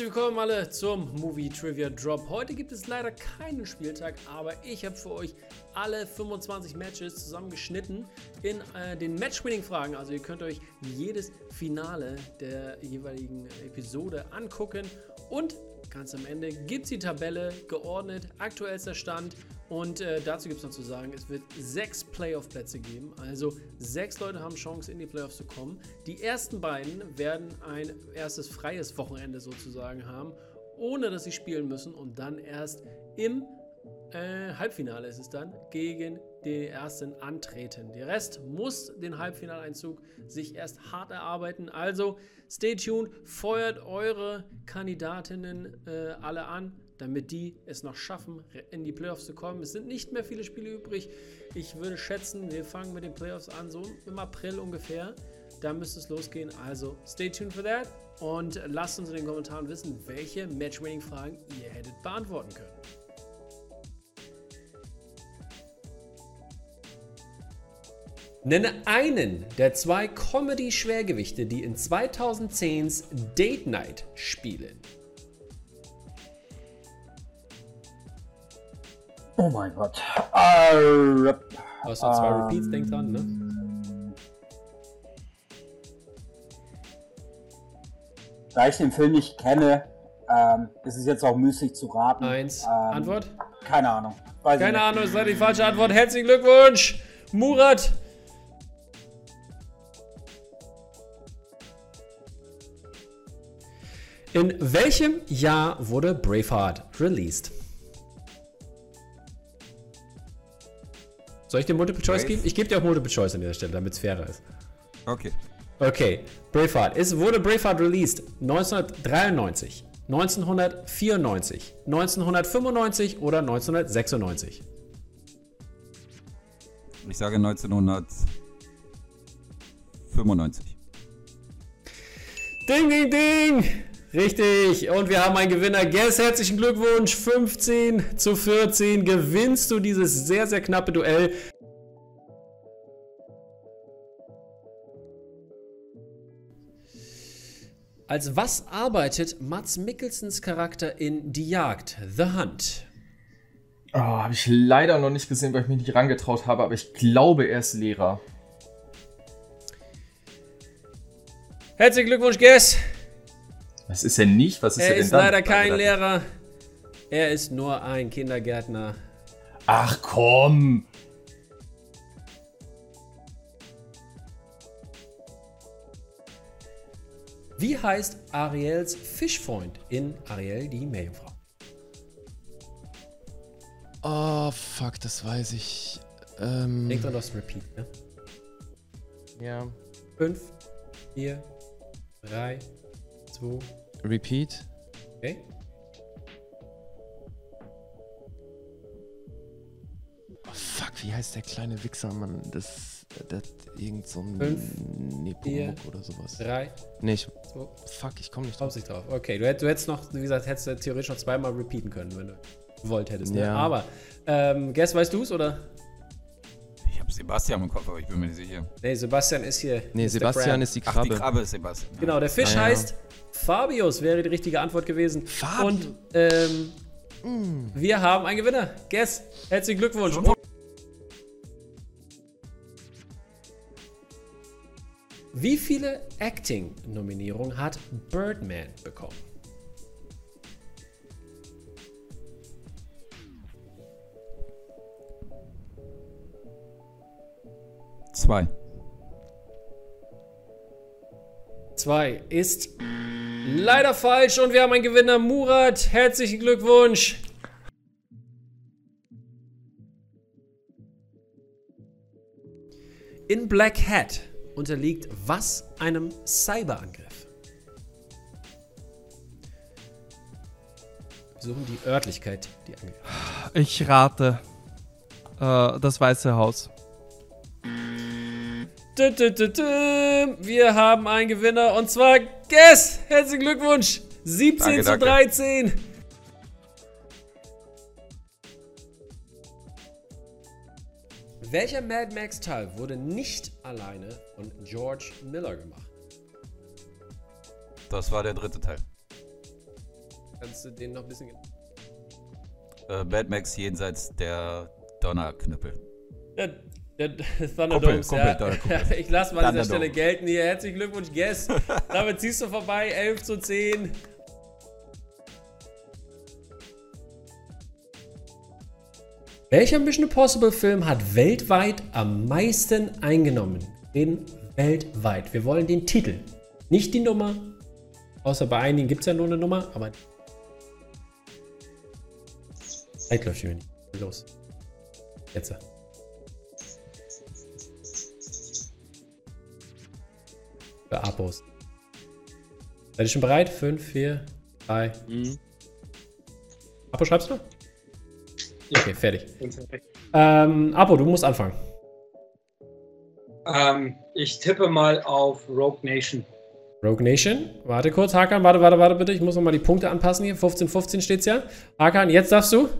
willkommen alle zum Movie Trivia Drop. Heute gibt es leider keinen Spieltag, aber ich habe für euch alle 25 Matches zusammengeschnitten in den Match-Winning-Fragen. Also ihr könnt euch jedes Finale der jeweiligen Episode angucken und ganz am Ende gibt es die Tabelle geordnet, aktuellster Stand. Und dazu gibt es noch zu sagen, es wird 6 Playoff-Plätze geben. Also 6 Leute haben Chance, in die Playoffs zu kommen. Die ersten beiden werden ein erstes freies Wochenende sozusagen haben, ohne dass sie spielen müssen. Und dann erst im Halbfinale ist es dann, gegen die Ersten antreten. Der Rest muss den Halbfinaleinzug sich erst hart erarbeiten. Also stay tuned, feuert eure Kandidatinnen alle an, damit die es noch schaffen, in die Playoffs zu kommen. Es sind nicht mehr viele Spiele übrig. Ich würde schätzen, wir fangen mit den Playoffs an, so im April ungefähr. Da müsste es losgehen. Also stay tuned for that und lasst uns in den Kommentaren wissen, welche Match-Winning-Fragen ihr hättet beantworten können. Nenne einen der 2 Comedy-Schwergewichte, die in 2010s Date Night spielen. Oh mein Gott. Du hast noch 2 Repeats, denk dran, ne? Da ich den Film nicht kenne, ist es jetzt auch müßig zu raten. 1. Antwort? Keine Ahnung. Keine Ahnung, ist leider die falsche Antwort. Herzlichen Glückwunsch, Murat. In welchem Jahr wurde Braveheart released? Soll ich dir Multiple Choice geben? Ich gebe dir auch Multiple Choice an dieser Stelle, damit es fairer ist. Okay. Okay, Braveheart. Wurde Braveheart released 1993, 1994, 1995 oder 1996? Ich sage 1995. Ding, ding, ding! Richtig, und wir haben einen Gewinner. Guess, herzlichen Glückwunsch. 15:14 gewinnst du dieses sehr, sehr knappe Duell. Als was arbeitet Mads Mikkelsens Charakter in Die Jagd, The Hunt? Oh, habe ich leider noch nicht gesehen, weil ich mich nicht rangetraut habe, aber ich glaube, er ist Lehrer. Herzlichen Glückwunsch, Guess. Was ist er nicht? Was ist er denn ist dann? leider kein Lehrer. Er ist nur ein Kindergärtner. Ach komm! Wie heißt Ariels Fischfreund in Ariel, die Meerjungfrau? Oh, fuck, das weiß ich. Denk dran, das Repeat, ne? Ja. 5, 4, 3, 2. Repeat. Okay. Oh, fuck, wie heißt der kleine Wichser, Mann? Das irgend so ein 5, Nepomuk oder sowas. 3. Nicht. 2. Fuck, ich komm nicht Kommst nicht drauf. Okay, du hättest noch, wie gesagt, hättest du theoretisch noch zweimal repeaten können, wenn du gewollt hättest. Ne? Ja. Aber, Guess, weißt du es, oder? Ich habe Sebastian im Kopf, aber ich bin mir nicht sicher. Nee, Sebastian ist hier. Nee, Mr. Sebastian Crab. ist die Ach, Krabbe. die Krabbe ist Sebastian. Genau, der Fisch Ah, ja. heißt Fabius, wäre die richtige Antwort gewesen. Fabius. Und wir haben einen Gewinner. Guess, herzlichen Glückwunsch. Wie viele Acting-Nominierungen hat Birdman bekommen? Zwei. 2 ist leider falsch und wir haben einen Gewinner, Murat. Herzlichen Glückwunsch. In Black Hat unterliegt was einem Cyberangriff? Wir suchen die Örtlichkeit, die angegriffen wird. Ich rate. Das Weiße Haus. Wir haben einen Gewinner und zwar Guess. Herzlichen Glückwunsch. 17:13. Welcher Mad Max-Teil wurde nicht alleine von George Miller gemacht? Das war der dritte Teil. Kannst du den noch ein bisschen... Mad Max jenseits der Donnerknüppel. Der Thunderdomes, Kumpel, Kumpel. Ich lasse mal an dieser Thunderdome. Stelle gelten hier. Herzlichen Glückwunsch, Guess. Damit ziehst du vorbei, 11:10. Welcher Mission Impossible Film hat weltweit am meisten eingenommen? Weltweit. Wir wollen den Titel, nicht die Nummer. Außer bei einigen gibt es ja nur eine Nummer, aber... Zeit läuft schon nicht. Los. Jetzt. Für Abos. Seid ihr schon bereit? 5, 4, 3. Apo, schreibst du? Ja. Okay, fertig. Apo, du musst anfangen. Ich tippe mal auf Rogue Nation. Rogue Nation. Warte kurz, Hakan, warte bitte. Ich muss nochmal die Punkte anpassen hier. 15:15 steht's ja. Hakan, jetzt darfst du.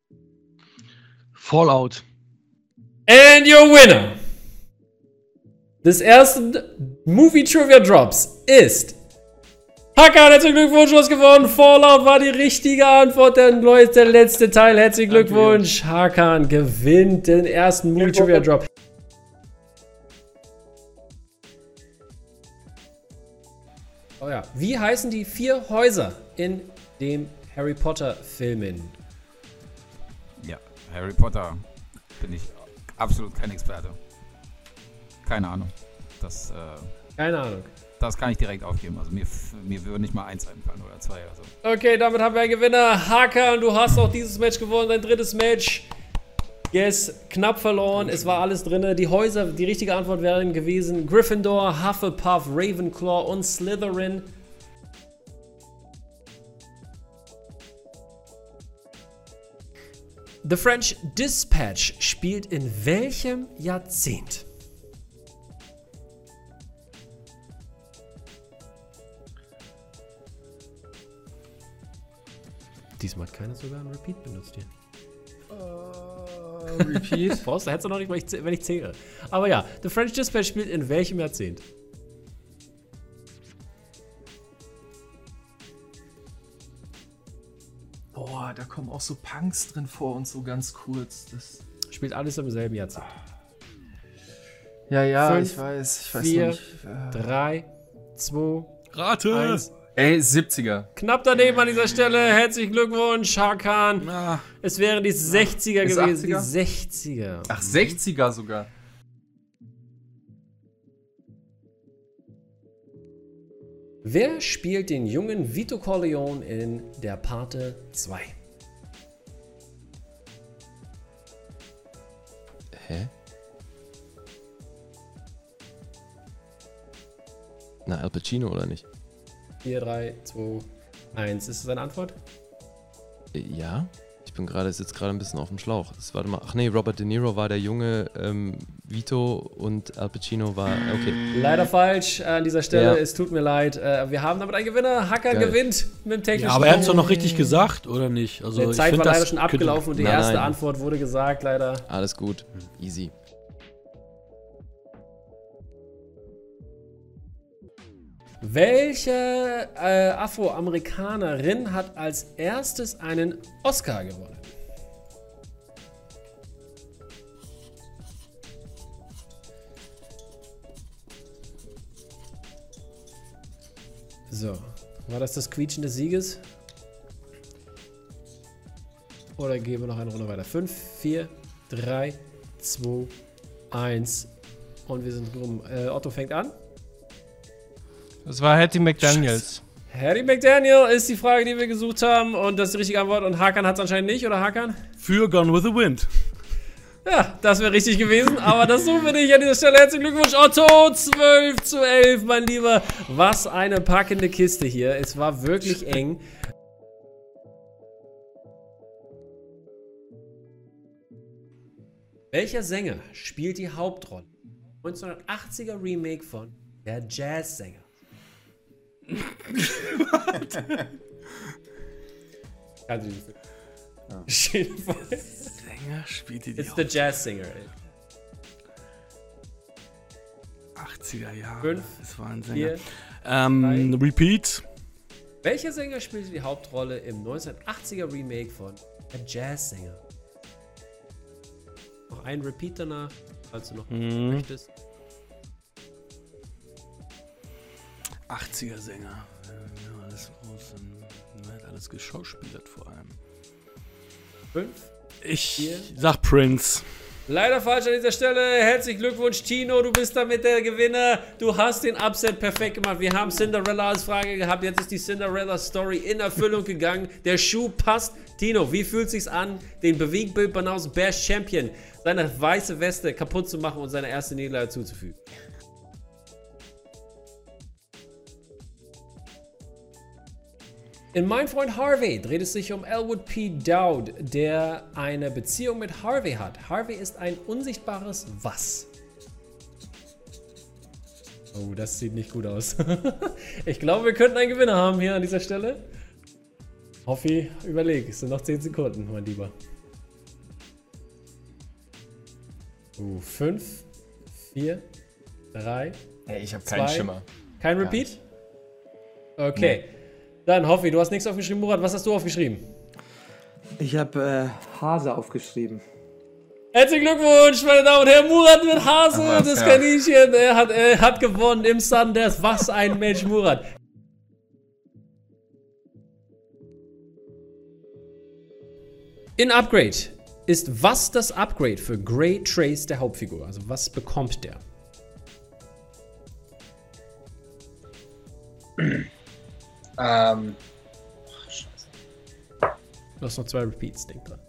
Fallout. And your winner des ersten Movie Trivia Drops ist Hakan. Herzlichen Glückwunsch, du hast gewonnen. Fallout war die richtige Antwort. Dann läuft der letzte Teil. Herzlichen Glückwunsch. Hakan gewinnt den ersten Movie Trivia Drop. Oh ja. Wie heißen die 4 Häuser in dem Harry Potter Filmen? Ja, Harry Potter bin ich absolut kein Experte. Keine Ahnung. Keine Ahnung. Das kann ich direkt aufgeben. Also mir würde nicht mal 1 einfallen oder 2 oder so. Okay, damit haben wir einen Gewinner. Hakan, du hast auch dieses Match gewonnen, dein drittes Match. Yes, knapp verloren. Es war alles drin. Die Häuser, die richtige Antwort wären gewesen Gryffindor, Hufflepuff, Ravenclaw und Slytherin. The French Dispatch spielt in welchem Jahrzehnt? Diesmal hat keiner sogar einen Repeat benutzt hier. Repeat? Brauchst du, hättest du noch nicht, wenn ich zähle. Aber ja, The French Dispatch spielt in welchem Jahrzehnt? Boah, da kommen auch so Punks drin vor und so ganz kurz. Das Spielt alles im selben Jahrzehnt. ja, 5, ich weiß 4, noch nicht. 3, 2, Rate! 1. Ey, 70er. Knapp daneben an dieser Stelle. Herzlichen Glückwunsch, Hakan. Ah, Es wären die 60er Ist gewesen. 80er? Die 60er. Ach, 60er sogar. Wer spielt den jungen Vito Corleone in Der Pate 2? Hä? Na, Al Pacino oder nicht? 4, 3, 2, 1. Ist das eine Antwort? Ja. Ich bin gerade, sitze gerade ein bisschen auf dem Schlauch. Warte mal. Ach nee, Robert De Niro war der junge Vito und Al Pacino war. Okay. Leider falsch an dieser Stelle. Ja. Es tut mir leid. Wir haben damit einen Gewinner. Hakan Geil. gewinnt mit dem technischen. ja, aber er hat es doch noch richtig gesagt, oder nicht? Also, Die ich Zeit find, war das leider schon könnte- abgelaufen und die Nein, erste nein. Antwort wurde gesagt, leider. Alles gut. Easy. Welche Afroamerikanerin hat als erstes einen Oscar gewonnen? So, war das Quietschen des Sieges? Oder gehen wir noch eine Runde weiter? 5, 4, 3, 2, 1 und wir sind rum. Otto fängt an. Das war Hattie McDaniels. Harry McDaniel ist die Frage, die wir gesucht haben. Und das ist die richtige Antwort. Und Hakan hat es anscheinend nicht, oder Hakan? Für Gone with the Wind. Ja, das wäre richtig gewesen. Aber das suchen wir nicht an dieser Stelle. Herzlichen Glückwunsch, Otto. 12:11, mein Lieber. Was eine packende Kiste hier. Es war wirklich eng. Welcher Sänger spielt die Hauptrolle? 1980er Remake von Der Jazzsänger. Kannst du nicht für- Steht vor. Sänger spielt die It's the Jazz Singer. 80er Jahre. 5, Das war ein 4, Sänger. Repeat. Welcher Sänger spielte die Hauptrolle im 1980er Remake von Der Jazzsänger? Noch ein Repeat danach, falls du noch möchtest. 80er Sänger. Ja, alles groß. Hat alles geschauspielert vor allem. 5. Ich sag Prince. Leider falsch an dieser Stelle. Herzlichen Glückwunsch, Tino. Du bist damit der Gewinner. Du hast den Upset perfekt gemacht. Wir haben Cinderella als Frage gehabt. Jetzt ist die Cinderella-Story in Erfüllung gegangen. Der Schuh passt. Tino, wie fühlt es sich an, den Bewegtbild Banausen Bash Champion seine weiße Weste kaputt zu machen und seine erste Niederlage zuzufügen? In Mein Freund Harvey dreht es sich um Elwood P. Dowd, der eine Beziehung mit Harvey hat. Harvey ist ein unsichtbares Was? Oh, das sieht nicht gut aus. Ich glaube, wir könnten einen Gewinner haben hier an dieser Stelle. Hoffi, überleg. Es sind noch 10 Sekunden, mein Lieber. 5, 4, 3, Ey, ich habe keinen 2. Schimmer. Kein Repeat? Okay. Dann, Hoffi, du hast nichts aufgeschrieben. Murat, was hast du aufgeschrieben? Ich habe Hase aufgeschrieben. Herzlichen Glückwunsch, meine Damen und Herren. Murat mit Hase, Aber, das ja. Kaninchen. Er hat gewonnen im Sundance. Was ein Mensch, Murat. In Upgrade ist was das Upgrade für Grey Trace der Hauptfigur? Also was bekommt der? Scheiße. Du hast noch 2 Repeats, denk dran.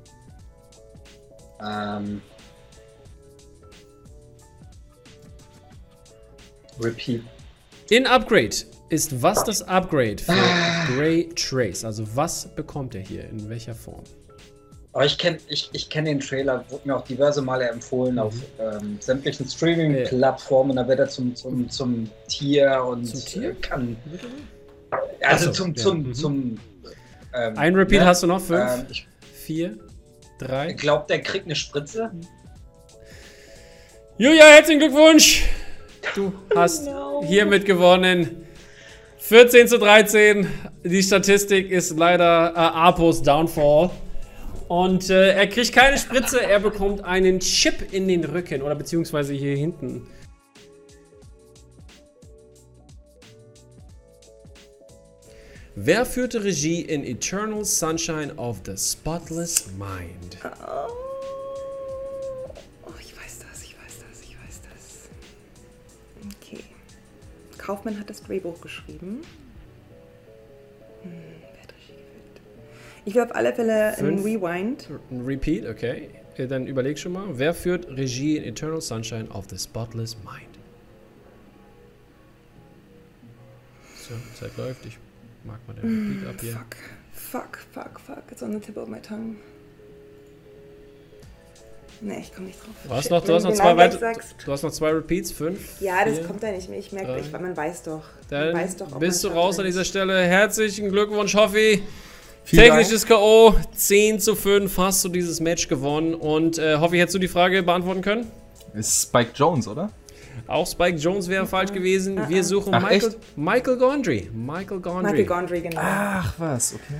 Repeat. In Upgrade ist was das Upgrade für Grey Trace? Also was bekommt er hier? In welcher Form? Aber ich kenn den Trailer, wurde mir auch diverse Male empfohlen auf sämtlichen Streaming-Plattformen. Da wird er zum Tier und Zum Tier? kann. Also Ach so, zum Ein Repeat ne? hast du noch? 5, Ich 4, 3. glaube, der kriegt eine Spritze. Julia, herzlichen Glückwunsch! Du hast hiermit gewonnen. 14:13. Die Statistik ist leider Apos Downfall. Und er kriegt keine Spritze, er bekommt einen Chip in den Rücken oder beziehungsweise hier hinten. Wer führte Regie in Eternal Sunshine of the Spotless Mind? Oh, ich weiß das. Okay. Kaufmann hat das Drehbuch geschrieben. Wer hat Regie geführt? Ich will auf alle Fälle ein 5. Rewind. Ein Repeat, okay. Dann überleg schon mal. Wer führt Regie in Eternal Sunshine of the Spotless Mind? So, Zeit läuft. Ich mag mal den Repeat ab hier. Fuck. It's on the tip of my tongue. Nee, ich komme nicht drauf. Du hast Shit, noch, wenn du zwei den weitere. sagst. Du hast noch 2 Repeats. 5. Ja, das 4. kommt da nicht mehr. Ich merke, 3. man weiß doch. Dann Man weiß doch, ob bist du man raus an dieser Stelle. Herzlichen Glückwunsch, Hoffi. Vielen Technisches K.O. 10:5 hast du dieses Match gewonnen. Und Hoffi, hättest du die Frage beantworten können? Ist Spike Jones, oder? Auch Spike Jones wäre falsch gewesen. Wir suchen Ach, Michael Gondry. Michael Gondry, genau. Ach, was, okay.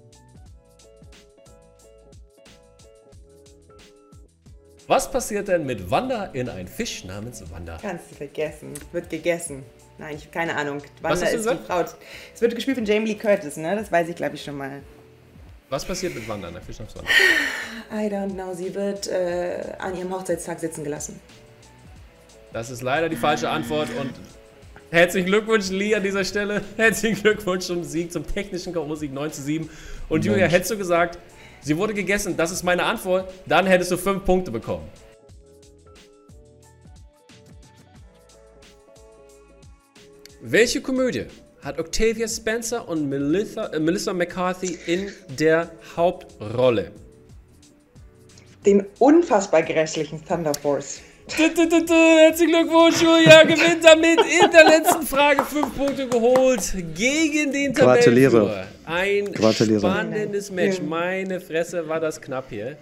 Was passiert denn mit Wanda in ein Fisch namens Wanda? Kannst du vergessen. Wird gegessen. Nein, ich habe keine Ahnung. Was Wanda hast du ist die gesagt? Frau. Es wird gespielt von Jamie Lee Curtis, ne? Das weiß ich, glaube ich, schon mal. Was passiert mit Wanda in ein Fisch namens Wanda? I don't know. Sie wird an ihrem Hochzeitstag sitzen gelassen. Das ist leider die falsche Antwort und herzlichen Glückwunsch, Lee, an dieser Stelle. Herzlichen Glückwunsch zum Sieg, zum technischen K.O.-Sieg 9:7. Und Julia, hättest du gesagt, sie wurde gegessen, das ist meine Antwort, dann hättest du 5 Punkte bekommen. Welche Komödie hat Octavia Spencer und Melissa McCarthy in der Hauptrolle? Den unfassbar grässlichen Thunder Force. Herzlichen Glückwunsch, Julia gewinnt damit in der letzten Frage 5 Punkte geholt gegen den Tabellenführer. Ein spannendes Match. Meine Fresse, war das knapp hier.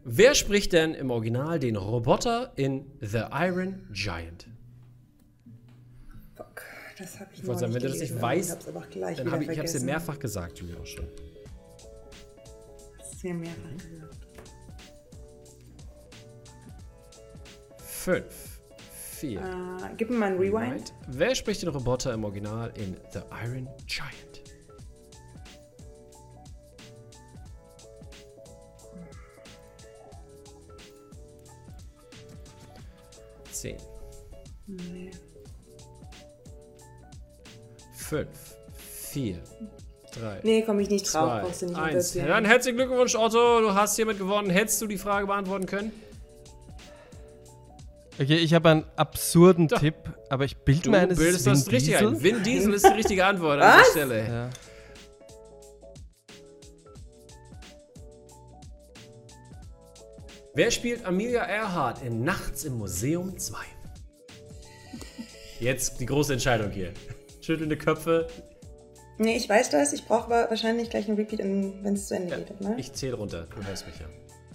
Wer spricht denn im Original den Roboter in The Iron Giant? Fuck, das habe ich Ich wollte sagen, wenn du das nicht weißt, hab's aber gleich dann wieder habe ich es dir vergessen. mehrfach gesagt, Julia, auch schon. Das ist mir mehrfach gesagt. 5, 4. Gib mir mal einen Rewind. Wer spricht den Roboter im Original in The Iron Giant? 10. Nee. 5, 4, 3. Nee, komme ich nicht drauf. 2, Brauchst du nicht 1. erzählen. Dann herzlichen Glückwunsch, Otto. Du hast hiermit gewonnen. Hättest du die Frage beantworten können? Okay, ich habe einen absurden Tipp, aber ich bilde mir ein, es ist bildest Vin das richtig Diesel. ein. Vin Diesel ist die richtige Antwort an der Stelle. Ja. Wer spielt Amelia Earhart in Nachts im Museum 2? Jetzt die große Entscheidung hier. Schüttelnde Köpfe. Nee, ich weiß das. Ich brauche aber wahrscheinlich gleich einen Repeat, wenn es zu Ende geht. Ne? Ich zähle runter. Du hörst mich ja.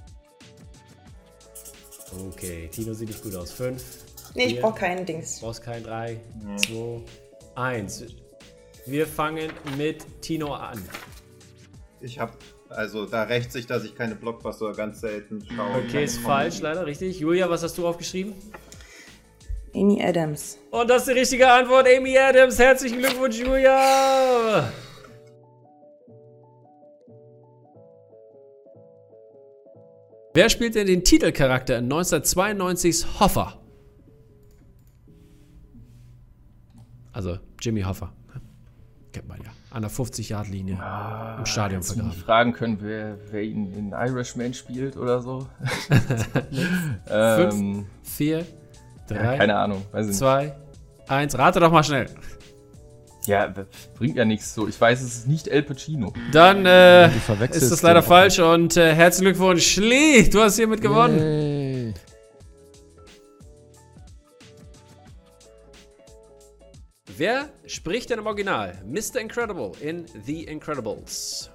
Okay, Tino sieht nicht gut aus. 5. Nee, ich brauche keinen Dings. Brauchst kein 3, 2, 1. Wir fangen mit Tino an. Also da rächt sich, dass ich keine Blockbuster ganz selten schaue. Okay, ist falsch, leider, richtig. Julia, was hast du aufgeschrieben? Amy Adams. Und das ist die richtige Antwort, Amy Adams. Herzlichen Glückwunsch, Julia! Wer spielt denn den Titelcharakter in 1992's Hoffa? Also Jimmy Hoffa. Kennt man ja. An der 50-Yard-Linie im Stadion Hättest du vergraben. mich fragen können, wer ihn in Irishman spielt oder so. 5, 4, 3, ja, keine Ahnung. Weiß ich 2, 1. Rate doch mal schnell. Ja, das bringt ja nichts so. Ich weiß, es ist nicht El Pacino. Dann verwechselst ist das leider den falsch und herzlichen Glückwunsch, Lee, du hast hiermit gewonnen. Yay. Wer spricht denn im Original Mr. Incredible in The Incredibles?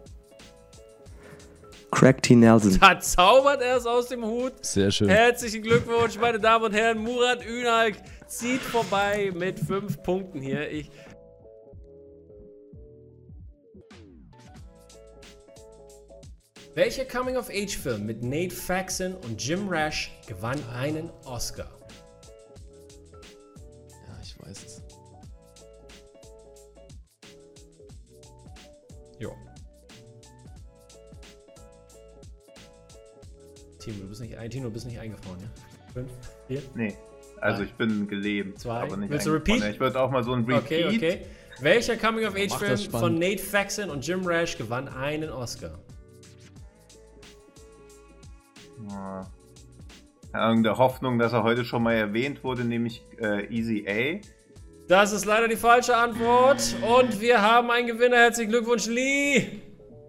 Craig T. Nelson. Da zaubert er es aus dem Hut. Sehr schön. Herzlichen Glückwunsch, meine Damen und Herren. Murat Ünalk zieht vorbei mit 5 Punkten hier. Welcher Coming-of-Age-Film mit Nate Faxon und Jim Rash gewann einen Oscar? Ja, ich weiß es. Jo. Tino, du bist nicht eingefroren, ja? 5, 4? Nee, also 3, ich bin gelähmt, 2. aber nicht Willst du eingefroren. Repeat? Ich würde auch mal so ein Repeat. Okay. Welcher Mach Coming-of-Age-Film das spannend. von Nate Faxon und Jim Rash gewann einen Oscar? Ja. In der Hoffnung, dass er heute schon mal erwähnt wurde, nämlich Easy A. Das ist leider die falsche Antwort. Und wir haben einen Gewinner. Herzlichen Glückwunsch, Lee.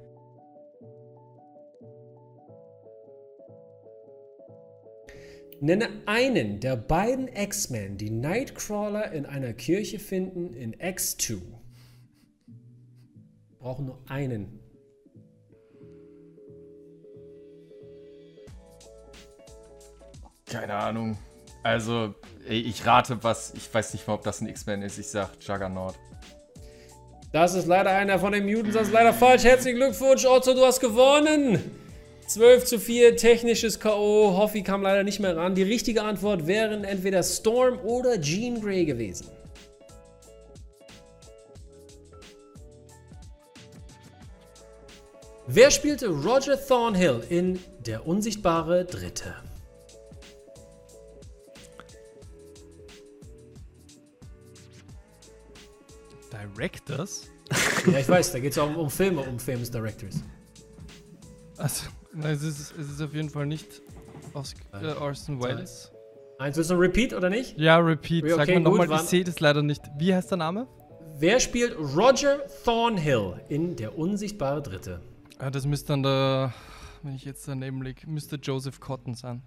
Nenne einen der beiden X-Men, die Nightcrawler in einer Kirche finden in X2. Brauchen nur einen. Keine Ahnung. Also, ey, ich rate was. Ich weiß nicht mal, ob das ein X-Men ist. Ich sag Juggernaut. Das ist leider einer von den Mutants. Das ist leider falsch. Herzlichen Glückwunsch, Otto, du hast gewonnen. 12:4, technisches K.O. Hoffi kam leider nicht mehr ran. Die richtige Antwort wären entweder Storm oder Jean Grey gewesen. Wer spielte Roger Thornhill in Der unsichtbare Dritte? Directors? Ja, ich weiß, da geht es auch um Filme, um Famous Directors. Also, nein, es ist auf jeden Fall nicht aus Orson Welles. Eins, willst du ein Repeat oder nicht? Ja, Repeat. Okay, Sag mir nochmal, gut, ich sehe das leider nicht. Wie heißt der Name? Wer spielt Roger Thornhill in Der unsichtbare Dritte? Ah, das müsste dann der, wenn ich jetzt daneben liege, müsste Joseph Cotton sein.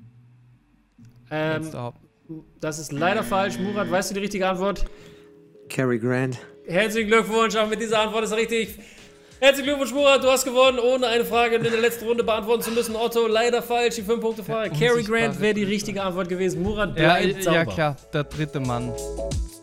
Das ist leider falsch. Murat, weißt du die richtige Antwort? Cary Grant. Herzlichen Glückwunsch, auch mit dieser Antwort ist richtig. Herzlichen Glückwunsch, Murat, du hast gewonnen, ohne eine Frage in der letzten Runde beantworten zu müssen. Otto, leider falsch, die 5-Punkte-Frage. Cary Grant wäre die richtige Antwort gewesen. Murat bleibt sauber. Ja, klar, der dritte Mann.